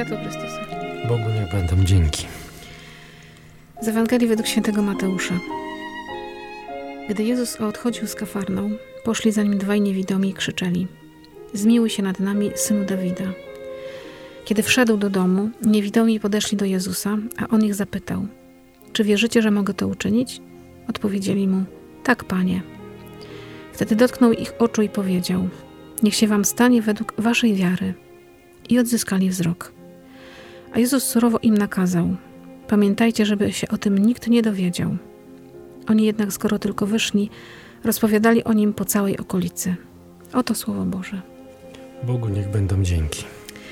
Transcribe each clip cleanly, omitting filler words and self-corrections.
światło Chrystusa. Bogu niech będą dzięki. Z Ewangelii według świętego Mateusza. Gdy Jezus odchodził z Kafarnaum, poszli za nim dwaj niewidomi i krzyczeli: zmiłuj się nad nami, Synu Dawida. Kiedy wszedł do domu, niewidomi podeszli do Jezusa, a on ich zapytał: czy wierzycie, że mogę to uczynić? Odpowiedzieli mu: tak, Panie. Wtedy dotknął ich oczu i powiedział: niech się wam stanie według waszej wiary. I odzyskali wzrok. A Jezus surowo im nakazał: pamiętajcie, żeby się o tym nikt nie dowiedział. Oni jednak, skoro tylko wyszli, rozpowiadali o nim po całej okolicy. Oto Słowo Boże. Bogu niech będą dzięki.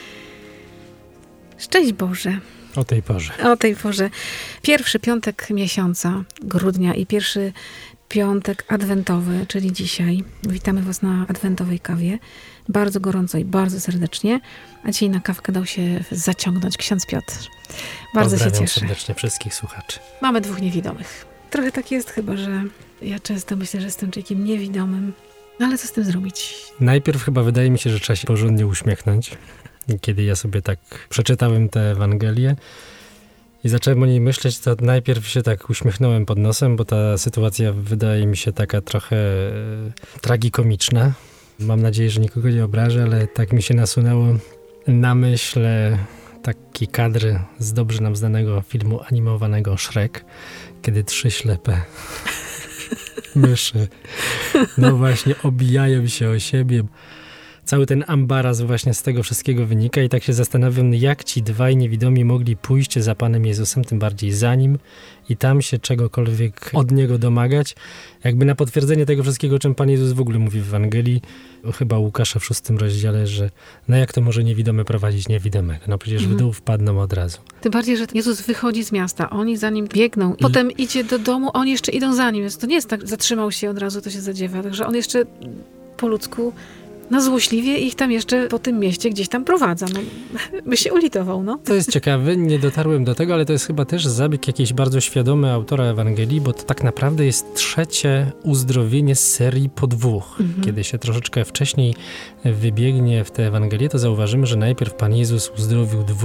Szczęść Boże. O tej porze. O tej porze. Pierwszy piątek miesiąca, grudnia i pierwszy piątek adwentowy, czyli dzisiaj. Witamy was na adwentowej kawie. Bardzo gorąco i bardzo serdecznie. A dzisiaj na kawkę dał się zaciągnąć ksiądz Piotr. Bardzo się cieszę. Serdecznie wszystkich słuchaczy. Mamy dwóch niewidomych. Trochę tak jest chyba, że ja często myślę, że jestem człowiekiem niewidomym. No ale co z tym zrobić? Najpierw chyba wydaje mi się, że trzeba się porządnie uśmiechnąć. Kiedy ja sobie tak przeczytałem tę Ewangelię i zacząłem o niej myśleć, to najpierw się tak uśmiechnąłem pod nosem, bo ta sytuacja wydaje mi się taka trochę tragikomiczna. Mam nadzieję, że nikogo nie obrażę, ale tak mi się nasunęło na myśl taki kadr z dobrze nam znanego filmu animowanego Shrek, kiedy 3 ślepe myszy no właśnie obijają się o siebie. Cały ten ambaraz właśnie z tego wszystkiego wynika i tak się zastanawiam, jak ci dwaj niewidomi mogli pójść za Panem Jezusem, tym bardziej za Nim i tam się czegokolwiek od Niego domagać. Jakby na potwierdzenie tego wszystkiego, o czym Pan Jezus w ogóle mówi w Ewangelii, chyba Łukasza w 6 rozdziale, że no jak to może niewidomy prowadzić niewidomego? No przecież w dół wpadną od razu. Tym bardziej, że Jezus wychodzi z miasta, oni za Nim biegną. Potem idzie do domu, oni jeszcze idą za Nim. Więc to nie jest tak, zatrzymał się od razu, to się zadziewa. Także on jeszcze po ludzku na złośliwie ich tam jeszcze po tym mieście gdzieś tam prowadza. No, by się ulitował, no. To jest ciekawe, nie dotarłem do tego, ale to jest chyba też zabieg jakiś bardzo świadomy autora Ewangelii, bo to tak naprawdę jest 3. uzdrowienie z serii po 2. Kiedy się troszeczkę wcześniej wybiegnie w tę Ewangelię, to zauważymy, że najpierw Pan Jezus uzdrowił 2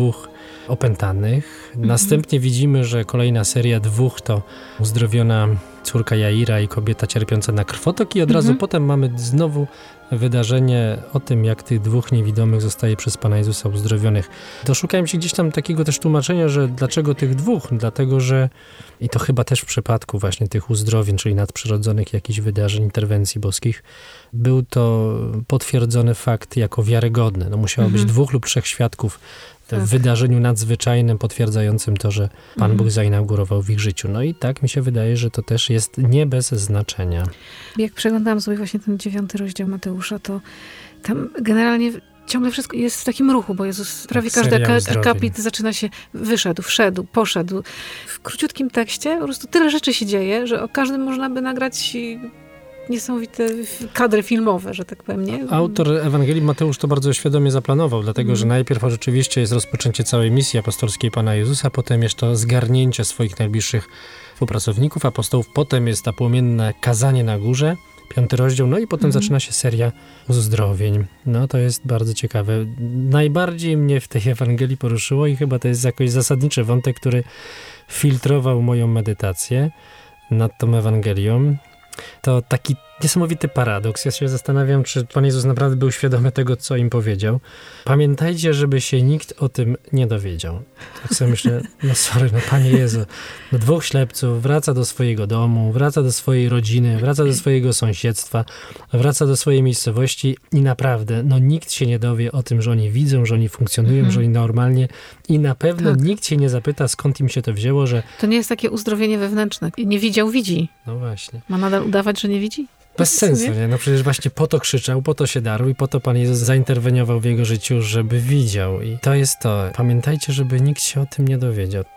opętanych. Następnie widzimy, że kolejna seria 2 to uzdrowiona córka Jaira i kobieta cierpiąca na krwotok i od razu potem mamy znowu wydarzenie o tym, jak tych 2 niewidomych zostaje przez Pana Jezusa uzdrowionych. Doszukałem się gdzieś tam takiego też tłumaczenia, że dlaczego tych 2? Dlatego, że i to chyba też w przypadku właśnie tych uzdrowień, czyli nadprzyrodzonych jakichś wydarzeń, interwencji boskich, był to potwierdzony fakt jako wiarygodny. No musiało być 2 lub 3 świadków w wydarzeniu nadzwyczajnym potwierdzającym to, że Pan Bóg zainaugurował w ich życiu. No i tak mi się wydaje, że to też jest nie bez znaczenia. Jak przeglądałam sobie właśnie ten 9 rozdział Mateusza, to tam generalnie ciągle wszystko jest w takim ruchu, bo Jezus prawie każdy akapit zaczyna się wszedł, poszedł. W króciutkim tekście po prostu tyle rzeczy się dzieje, że o każdym można by nagrać niesamowite kadry filmowe, że tak powiem, nie? Autor Ewangelii Mateusz to bardzo świadomie zaplanował, dlatego że najpierw rzeczywiście jest rozpoczęcie całej misji apostolskiej Pana Jezusa, potem jest to zgarnięcie swoich najbliższych współpracowników, apostołów, potem jest to płomienne kazanie na górze, 5 rozdział, no i potem zaczyna się seria uzdrowień. No to jest bardzo ciekawe. Najbardziej mnie w tej Ewangelii poruszyło i chyba to jest jakoś zasadniczy wątek, który filtrował moją medytację nad tą Ewangelią. To taki niesamowity paradoks. Ja się zastanawiam, czy Pan Jezus naprawdę był świadomy tego, co im powiedział. Pamiętajcie, żeby się nikt o tym nie dowiedział. Tak sobie myślę, Panie Jezu, 2 ślepców wraca do swojego domu, wraca do swojej rodziny, wraca do swojego sąsiedztwa, wraca do swojej miejscowości i naprawdę, nikt się nie dowie o tym, że oni widzą, że oni funkcjonują, że oni normalnie i na pewno nikt się nie zapyta, skąd im się to wzięło, że... To nie jest takie uzdrowienie wewnętrzne. Nie widział, widzi. No właśnie. Ma nadal udawać, że nie widzi? Bez sensu, nie? No przecież właśnie po to krzyczał, po to się darł i po to Pan Jezus zainterweniował w jego życiu, żeby widział. I to jest to. Pamiętajcie, żeby nikt się o tym nie dowiedział.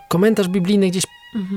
komentarz biblijny gdzieś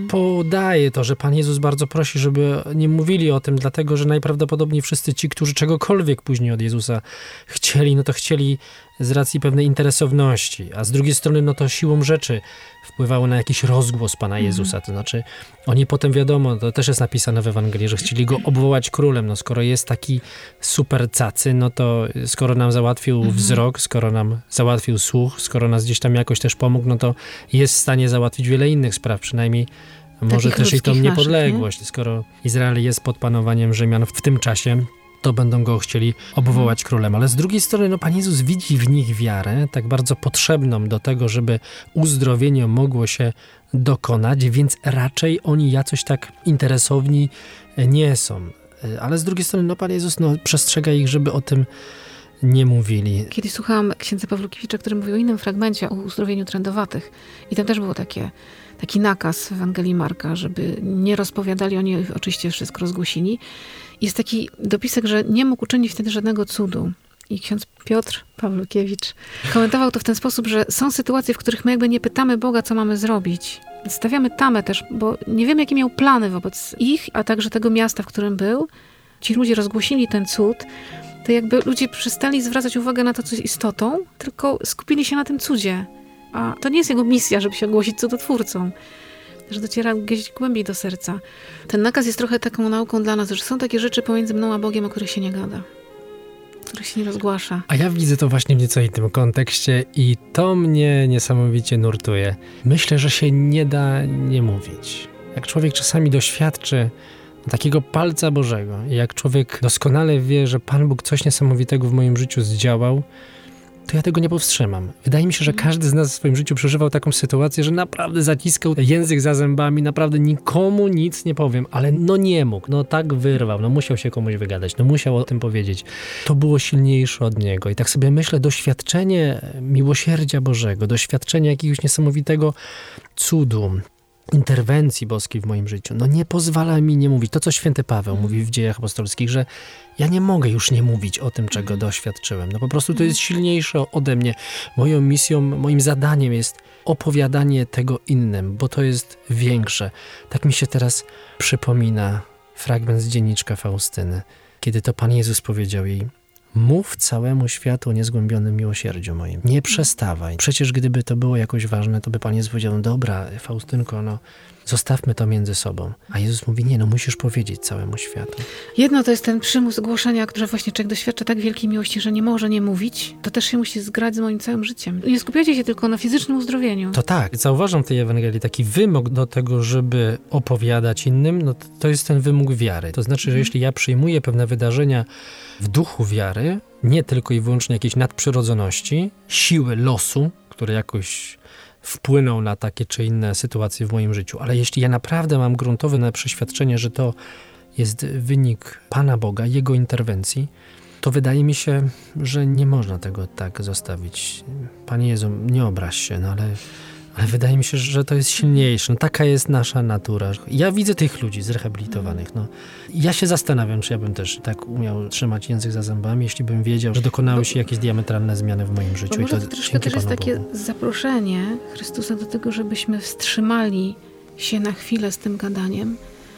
podaje to, że Pan Jezus bardzo prosi, żeby nie mówili o tym, dlatego, że najprawdopodobniej wszyscy ci, którzy czegokolwiek później od Jezusa chcieli, no to chcieli z racji pewnej interesowności, a z drugiej strony, no to siłą rzeczy wpływało na jakiś rozgłos Pana Jezusa, to znaczy oni potem, wiadomo, to też jest napisane w Ewangelii, że chcieli go obwołać królem, no skoro jest taki super cacy, no to skoro nam załatwił wzrok, skoro nam załatwił słuch, skoro nas gdzieś tam jakoś też pomógł, no to jest w stanie załatwić wiele innych spraw, przynajmniej może też i tą niepodległość. Naszych, nie? Skoro Izrael jest pod panowaniem Rzymian w tym czasie, to będą go chcieli obwołać królem. Ale z drugiej strony, no Pan Jezus widzi w nich wiarę, tak bardzo potrzebną do tego, żeby uzdrowienie mogło się dokonać, więc raczej oni jakoś tak interesowni nie są. Ale z drugiej strony, no Pan Jezus przestrzega ich, żeby o tym nie mówili. Kiedyś słuchałam księdza Pawlukiewicza, który mówił o innym fragmencie, o uzdrowieniu trędowatych. I tam też było taki nakaz w Ewangelii Marka, żeby nie rozpowiadali, oni oczywiście wszystko rozgłosili. Jest taki dopisek, że nie mógł uczynić wtedy żadnego cudu. I ksiądz Piotr Pawlukiewicz komentował to w ten sposób, że są sytuacje, w których my jakby nie pytamy Boga, co mamy zrobić. Stawiamy tamę też, bo nie wiemy, jakie miał plany wobec ich, a także tego miasta, w którym był. Ci ludzie rozgłosili ten cud, to jakby ludzie przestali zwracać uwagę na to, co jest istotą, tylko skupili się na tym cudzie. A to nie jest jego misja, żeby się ogłosić cudotwórcą, że dociera gdzieś głębiej do serca. Ten nakaz jest trochę taką nauką dla nas, że są takie rzeczy pomiędzy mną a Bogiem, o których się nie gada, których się nie rozgłasza. A ja widzę to właśnie w nieco innym kontekście i to mnie niesamowicie nurtuje. Myślę, że się nie da nie mówić. Jak człowiek czasami doświadczy takiego palca Bożego i jak człowiek doskonale wie, że Pan Bóg coś niesamowitego w moim życiu zdziałał, to ja tego nie powstrzymam. Wydaje mi się, że każdy z nas w swoim życiu przeżywał taką sytuację, że naprawdę zaciskał język za zębami, naprawdę nikomu nic nie powiem, ale nie mógł, tak wyrwał, musiał się komuś wygadać, musiał o tym powiedzieć. To było silniejsze od niego i tak sobie myślę, doświadczenie miłosierdzia Bożego, doświadczenie jakiegoś niesamowitego cudu, interwencji boskiej w moim życiu, nie pozwala mi nie mówić. To, co święty Paweł mówi w Dziejach Apostolskich, że ja nie mogę już nie mówić o tym, czego doświadczyłem. Po prostu to jest silniejsze ode mnie. Moją misją, moim zadaniem jest opowiadanie tego innym, bo to jest większe. Tak mi się teraz przypomina fragment z dzienniczka Faustyny, kiedy to Pan Jezus powiedział jej: mów całemu światu o niezgłębionym miłosierdziu moim. Nie przestawaj. Przecież gdyby to było jakoś ważne, to by Pan Jezus powiedział: dobra, Faustynko, zostawmy to między sobą. A Jezus mówi: nie, musisz powiedzieć całemu światu. Jedno to jest ten przymus głoszenia, że właśnie człowiek doświadcza tak wielkiej miłości, że nie może nie mówić. To też się musi zgrać z moim całym życiem. Nie skupiajcie się tylko na fizycznym uzdrowieniu. To tak. Zauważam w tej Ewangelii taki wymóg do tego, żeby opowiadać innym, to jest ten wymóg wiary. To znaczy, że jeśli ja przyjmuję pewne wydarzenia w duchu wiary, nie tylko i wyłącznie jakiejś nadprzyrodzoności, siły losu, które jakoś wpłyną na takie czy inne sytuacje w moim życiu, ale jeśli ja naprawdę mam gruntowe przeświadczenie, że to jest wynik Pana Boga, Jego interwencji, to wydaje mi się, że nie można tego tak zostawić. Panie Jezu, nie obraź się, ale wydaje mi się, że to jest silniejsze. Taka jest nasza natura. Ja widzę tych ludzi zrehabilitowanych. Ja się zastanawiam, czy ja bym też tak umiał trzymać język za zębami, jeśli bym wiedział, że dokonały się jakieś diametralne zmiany w moim życiu. Bo może to troszkę też jest takie zaproszenie Chrystusa do tego, żebyśmy wstrzymali się na chwilę z tym gadaniem,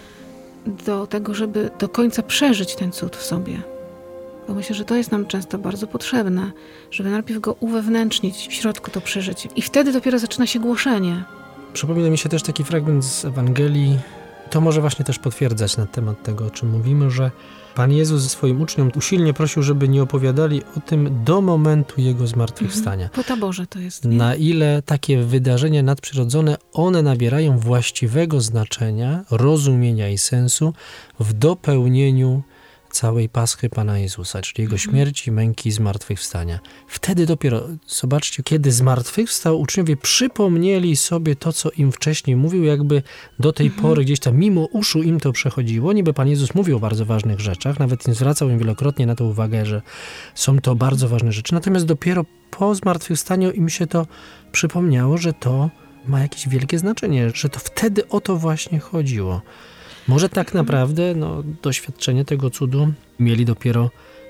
do tego, żeby do końca przeżyć ten cud w sobie. Bo myślę, że to jest nam często bardzo potrzebne, żeby najpierw go uwewnętrznić, w środku to przeżyć. I wtedy dopiero zaczyna się głoszenie. Przypomina mi się też taki fragment z Ewangelii. To może właśnie też potwierdzać na temat tego, o czym mówimy, że Pan Jezus swoim uczniom usilnie prosił, żeby nie opowiadali o tym do momentu Jego zmartwychwstania. Po taborze to jest. Nie? Na ile takie wydarzenia nadprzyrodzone, one nabierają właściwego znaczenia, rozumienia i sensu w dopełnieniu całej paschy Pana Jezusa, czyli Jego śmierci, męki i zmartwychwstania. Wtedy dopiero, zobaczcie, kiedy zmartwychwstał, uczniowie przypomnieli sobie to, co im wcześniej mówił, jakby do tej pory gdzieś tam mimo uszu im to przechodziło. Niby Pan Jezus mówił o bardzo ważnych rzeczach, nawet zwracał im wielokrotnie na to uwagę, że są to bardzo ważne rzeczy. Natomiast dopiero po zmartwychwstaniu im się to przypomniało, że to ma jakieś wielkie znaczenie, że to wtedy o to właśnie chodziło. Może tak naprawdę doświadczenie tego cudu mieli dopiero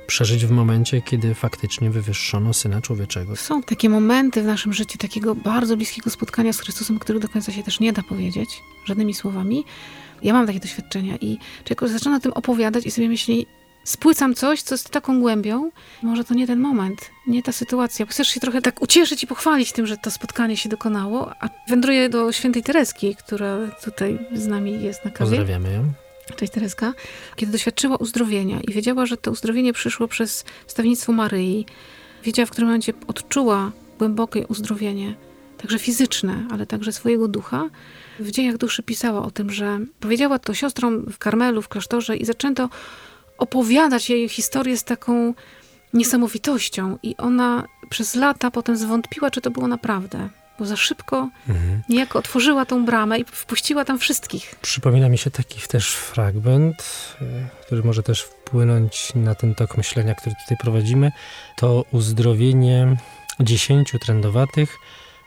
przeżyć w momencie, kiedy faktycznie wywyższono Syna Człowieczego. Są takie momenty w naszym życiu takiego bardzo bliskiego spotkania z Chrystusem, których do końca się też nie da powiedzieć żadnymi słowami. Ja mam takie doświadczenia i człowiek zaczyna o tym opowiadać i sobie myśli, spłycam coś, co jest taką głębią. Może to nie ten moment, nie ta sytuacja. Chcesz się trochę tak ucieszyć i pochwalić tym, że to spotkanie się dokonało, a wędruję do świętej Tereski, która tutaj z nami jest na kawie. Pozdrawiamy ją. Cześć Tereska. Kiedy doświadczyła uzdrowienia i wiedziała, że to uzdrowienie przyszło przez wstawiennictwo Maryi, wiedziała, w którym momencie odczuła głębokie uzdrowienie, także fizyczne, ale także swojego ducha, w Dziejach Duszy pisała o tym, że powiedziała to siostrom w Karmelu, w klasztorze i zaczęto opowiadać jej historię z taką niesamowitością i ona przez lata potem zwątpiła, czy to było naprawdę. Bo za szybko niejako otworzyła tą bramę i wpuściła tam wszystkich. Przypomina mi się taki też fragment, który może też wpłynąć na ten tok myślenia, który tutaj prowadzimy. To uzdrowienie 10 trędowatych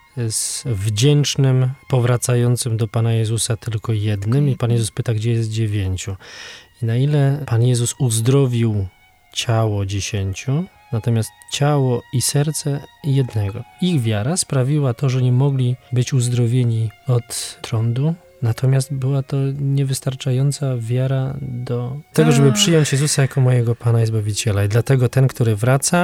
z wdzięcznym, powracającym do Pana Jezusa tylko jednym. I Pan Jezus pyta, gdzie jest 9. I na ile Pan Jezus uzdrowił ciało 10, natomiast ciało i serce jednego. Ich wiara sprawiła to, że nie mogli być uzdrowieni od trądu, natomiast była to niewystarczająca wiara do tego, żeby przyjąć Jezusa jako mojego Pana i Zbawiciela. I dlatego ten, który wraca,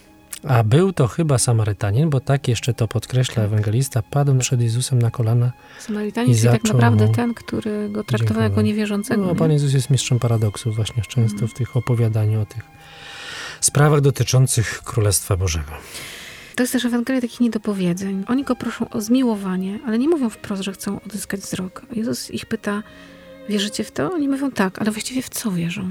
a był to chyba Samarytanin, bo tak jeszcze to podkreśla ewangelista, padł przed Jezusem na kolana. Samarytanin, czyli tak naprawdę ten, który go traktował jako niewierzącego. No, Pan Jezus jest mistrzem paradoksów właśnie często w tych opowiadaniu o tych sprawach dotyczących Królestwa Bożego. To jest też Ewangelia takich niedopowiedzeń. Oni go proszą o zmiłowanie, ale nie mówią wprost, że chcą odzyskać wzrok. Jezus ich pyta, wierzycie w to? Oni mówią tak, ale właściwie w co wierzą?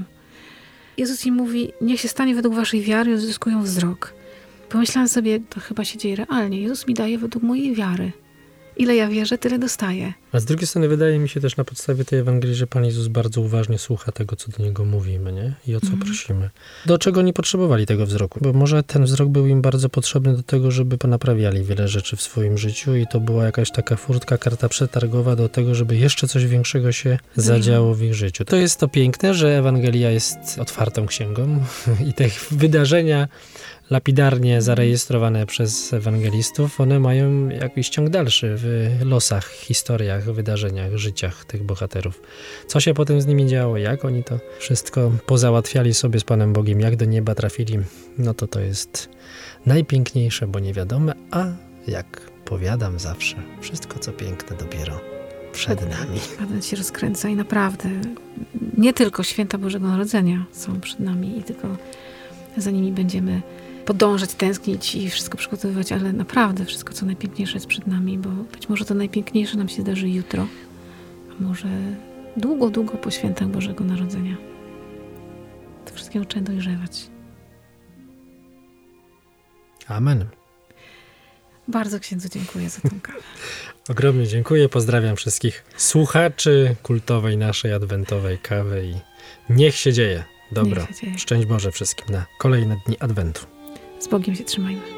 Jezus im mówi, niech się stanie według waszej wiary i odzyskują wzrok. Pomyślałam sobie, to chyba się dzieje realnie. Jezus mi daje według mojej wiary. Ile ja wierzę, tyle dostaję. A z drugiej strony wydaje mi się też na podstawie tej Ewangelii, że Pan Jezus bardzo uważnie słucha tego, co do Niego mówimy, nie? I o co prosimy. Do czego nie potrzebowali tego wzroku, bo może ten wzrok był im bardzo potrzebny do tego, żeby ponaprawiali wiele rzeczy w swoim życiu i to była jakaś taka furtka, karta przetargowa do tego, żeby jeszcze coś większego się zadziało w ich życiu. To jest to piękne, że Ewangelia jest otwartą księgą i te wydarzenia lapidarnie zarejestrowane przez ewangelistów, one mają jakiś ciąg dalszy w losach, historiach, wydarzeniach, życiach tych bohaterów. Co się potem z nimi działo, jak oni to wszystko pozałatwiali sobie z Panem Bogiem, jak do nieba trafili, no to jest najpiękniejsze, bo niewiadome, a jak powiadam zawsze, wszystko co piękne dopiero przed nami. Advent się rozkręca i naprawdę nie tylko święta Bożego Narodzenia są przed nami i tylko za nimi będziemy podążać, tęsknić i wszystko przygotowywać, ale naprawdę wszystko, co najpiękniejsze jest przed nami, bo być może to najpiękniejsze nam się zdarzy jutro, a może długo, długo po świętach Bożego Narodzenia. To wszystkiego trzeba dojrzewać. Amen. Bardzo księdzu dziękuję za tą kawę. Ogromnie dziękuję, pozdrawiam wszystkich słuchaczy kultowej naszej adwentowej kawy i niech się dzieje. Dobro. Szczęść Boże wszystkim na kolejne dni Adwentu. Z Bogiem się trzymajmy.